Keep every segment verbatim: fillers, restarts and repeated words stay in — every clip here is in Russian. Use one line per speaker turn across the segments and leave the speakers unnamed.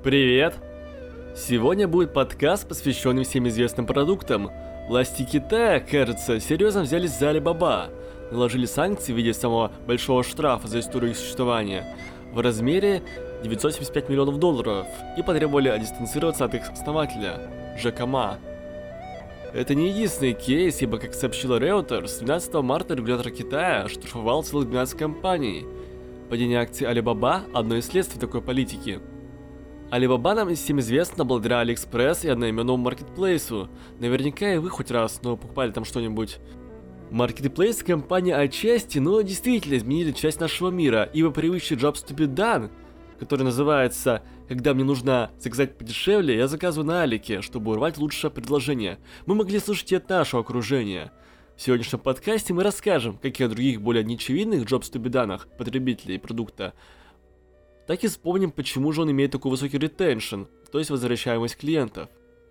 Привет! Сегодня будет подкаст, посвященный всем известным продуктам. Власти Китая, кажется, серьезно взялись за Alibaba. Наложили санкции в виде самого большого штрафа за историю их существования в размере девятьсот семьдесят пять миллионов долларов и потребовали дистанцироваться от их основателя, Джека Ма. Это не единственный кейс, ибо, как сообщила Reuters, двенадцатого марта регулятор Китая оштрафовал целых двенадцать компаний. Падение акций Alibaba – одно из следствий такой политики. Alibaba нам всем известна благодаря AliExpress и одноименному маркетплейсу. Наверняка и вы хоть раз, но покупали там что-нибудь. Маркетплейс и компания отчасти, но действительно изменили часть нашего мира, ибо привычный Jobs to be done, который называется «Когда мне нужно заказать подешевле, я заказываю на Алике, чтобы урвать лучшее предложение», мы могли слышать и от нашего окружения. В сегодняшнем подкасте мы расскажем, как и о других более неочевидных Jobs to be done потребителей продукта, так и вспомним, почему же он имеет такой высокий ретеншн, то есть возвращаемость клиентов.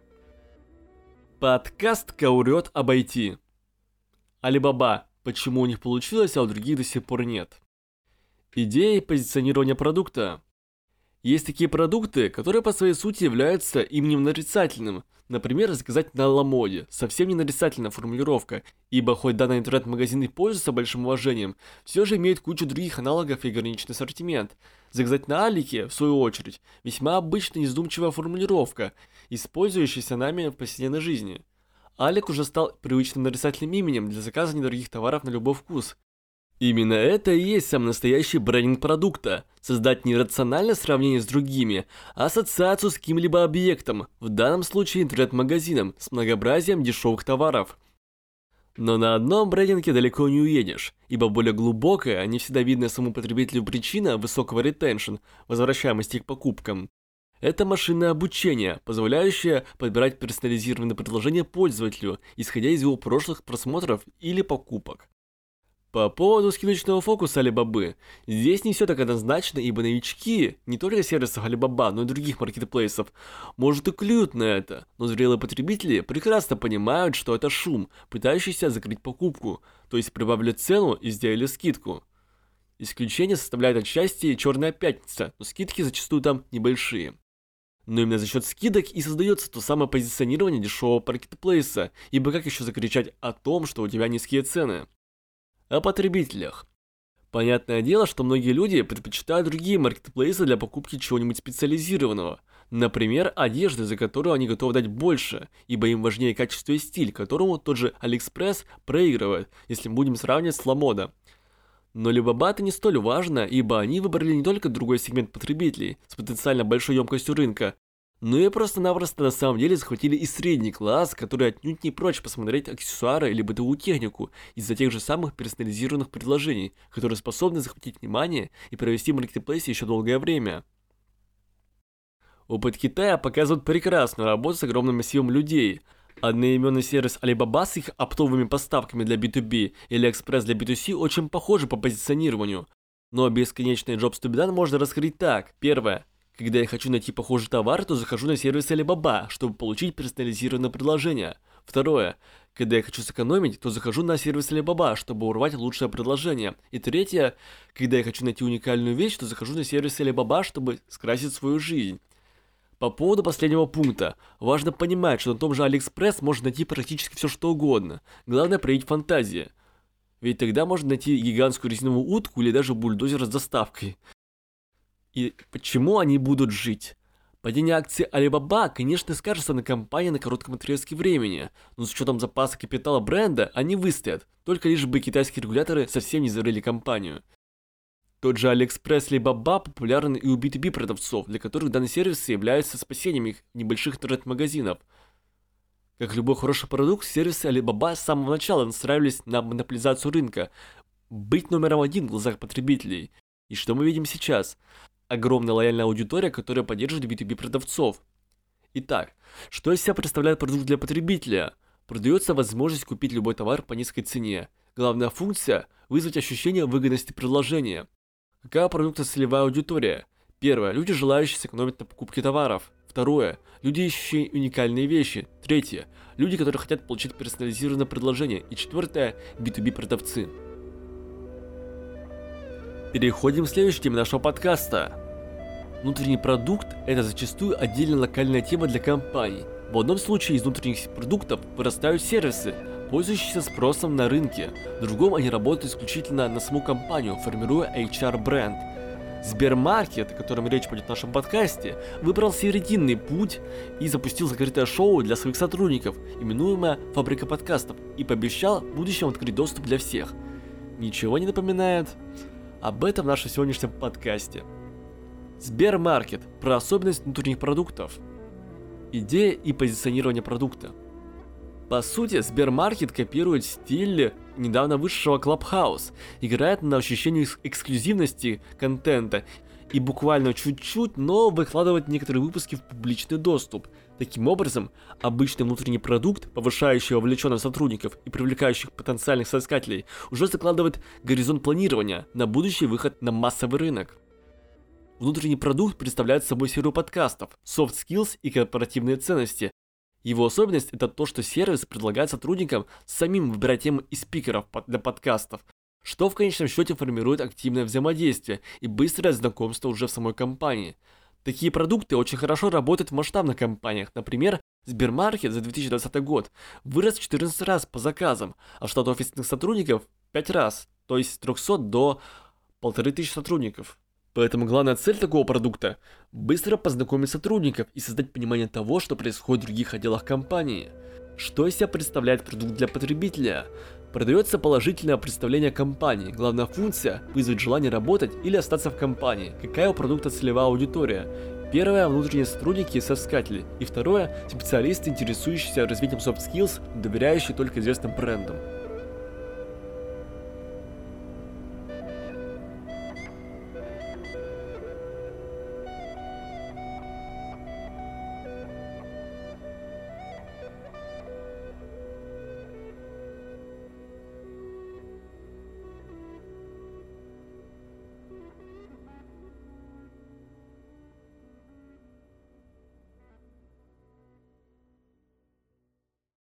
Подкаст «Каурет об ай ти». Alibaba. Почему у них получилось, а у других до сих пор нет. Идеи позиционирования продукта. Есть такие продукты, которые по своей сути являются именем нарицательным. Например, заказать на Ламоде. Совсем не нарицательная формулировка, ибо хоть данный интернет-магазин и пользуется большим уважением, все же имеет кучу других аналогов и ограниченный ассортимент. Заказать на Алике, в свою очередь, весьма обычная издумчивая формулировка, использующаяся нами в повседневной жизни. Алик уже стал привычным нарицательным именем для заказа недорогих товаров на любой вкус. Именно это и есть сам настоящий брендинг продукта. Создать не рациональное сравнение с другими, а ассоциацию с каким-либо объектом, в данном случае интернет-магазином, с многообразием дешевых товаров. Но на одном брендинге далеко не уедешь, ибо более глубокая, а не всегда видная самому потребителю причина высокого ретеншн, возвращаемости к покупкам. Это машинное обучение, позволяющее подбирать персонализированные предложения пользователю, исходя из его прошлых просмотров или покупок. По поводу скидочного фокуса Alibaba, здесь не все так однозначно, ибо новички, не только сервисов Alibaba, но и других маркетплейсов, может и клюют на это, но зрелые потребители прекрасно понимают, что это шум, пытающийся закрыть покупку, то есть прибавили цену и сделали скидку. Исключение составляет отчасти Черная пятница, но скидки зачастую там небольшие. Но именно за счет скидок и создается то самое позиционирование дешевого маркетплейса, ибо как еще закричать о том, что у тебя низкие цены? О потребителях. Понятное дело, что многие люди предпочитают другие маркетплейсы для покупки чего-нибудь специализированного. Например, одежды, за которую они готовы дать больше, ибо им важнее качество и стиль, которому тот же AliExpress проигрывает, если мы будем сравнивать с Ламода. Но Alibaba это не столь важно, ибо они выбрали не только другой сегмент потребителей с потенциально большой емкостью рынка, но и просто-напросто на самом деле захватили и средний класс, который отнюдь не прочь посмотреть аксессуары или бытовую технику из-за тех же самых персонализированных предложений, которые способны захватить внимание и провести в маркетплейсе еще долгое время. Опыт Китая показывает прекрасную работу с огромным массивом людей. Одноименный сервис Alibaba с их оптовыми поставками для би ту би или AliExpress для би ту си очень похожи по позиционированию. Но бесконечный Jobs to be done можно раскрыть так. Первое. Когда я хочу найти похожий товар, то захожу на сервис Alibaba, чтобы получить персонализированное предложение. Второе. Когда я хочу сэкономить, то захожу на сервис Alibaba, чтобы урвать лучшее предложение. И третье. Когда я хочу найти уникальную вещь, то захожу на сервис Alibaba, чтобы скрасить свою жизнь. По поводу последнего пункта. Важно понимать, что на том же AliExpress можно найти практически все что угодно. Главное проявить фантазию. Ведь тогда можно найти гигантскую резиновую утку или даже бульдозер с доставкой. И почему они будут жить? Падение акций Alibaba, конечно, скажется на компании на коротком отрезке времени, но с учетом запаса капитала бренда они выстоят, только лишь бы китайские регуляторы совсем не закрыли компанию. Тот же AliExpress и Alibaba популярен и у би ту би продавцов, для которых данные сервисы являются спасением их небольших интернет-магазинов. Как любой хороший продукт, сервисы Alibaba с самого начала настраивались на монополизацию рынка, быть номером один в глазах потребителей. И что мы видим сейчас? Огромная лояльная аудитория, которая поддерживает би ту би продавцов. Итак, что из себя представляет продукт для потребителя? Продается возможность купить любой товар по низкой цене. Главная функция – вызвать ощущение выгодности предложения. Какая у продукта целевая аудитория? Первое – люди, желающие сэкономить на покупке товаров. Второе – люди, ищущие уникальные вещи. Третье – люди, которые хотят получить персонализированное предложение. И четвертое – би ту би продавцы. Переходим к следующей теме нашего подкаста. Внутренний продукт – это зачастую отдельная локальная тема для компаний. В одном случае из внутренних продуктов вырастают сервисы, пользующиеся спросом на рынке. В другом они работают исключительно на саму компанию, формируя эйч ар-бренд. Сбермаркет, о котором речь пойдет в нашем подкасте, выбрал серединный путь и запустил закрытое шоу для своих сотрудников, именуемое «Фабрика подкастов», и пообещал в будущем открыть доступ для всех. Ничего не напоминает? Об этом в нашем сегодняшнем подкасте. Сбермаркет. Про особенность внутренних продуктов. Идея и позиционирование продукта. По сути, Сбермаркет копирует стиль недавно вышедшего Clubhouse, играет на ощущении эксклюзивности контента и буквально чуть-чуть, но выкладывает некоторые выпуски в публичный доступ. Таким образом, обычный внутренний продукт, повышающий вовлеченность сотрудников и привлекающих потенциальных соискателей, уже закладывает горизонт планирования на будущий выход на массовый рынок. Внутренний продукт представляет собой серию подкастов, soft skills и корпоративные ценности. Его особенность – это то, что сервис предлагает сотрудникам самим выбирать темы и спикеров для подкастов, что в конечном счете формирует активное взаимодействие и быстрое знакомство уже в самой компании. Такие продукты очень хорошо работают в масштабных компаниях. Например, Сбермаркет за две тысячи двадцатый год вырос в четырнадцать раз по заказам, а штат офисных сотрудников в пять раз, то есть с трёхсот до полторы-тысячи сотрудников. Поэтому главная цель такого продукта – быстро познакомить сотрудников и создать понимание того, что происходит в других отделах компании. Что из себя представляет продукт для потребителя? Продается положительное представление о компании. Главная функция – вызвать желание работать или остаться в компании. Какая у продукта целевая аудитория? Первое – внутренние сотрудники и соискатели. И второе – специалисты, интересующиеся развитием soft skills, доверяющие только известным брендам.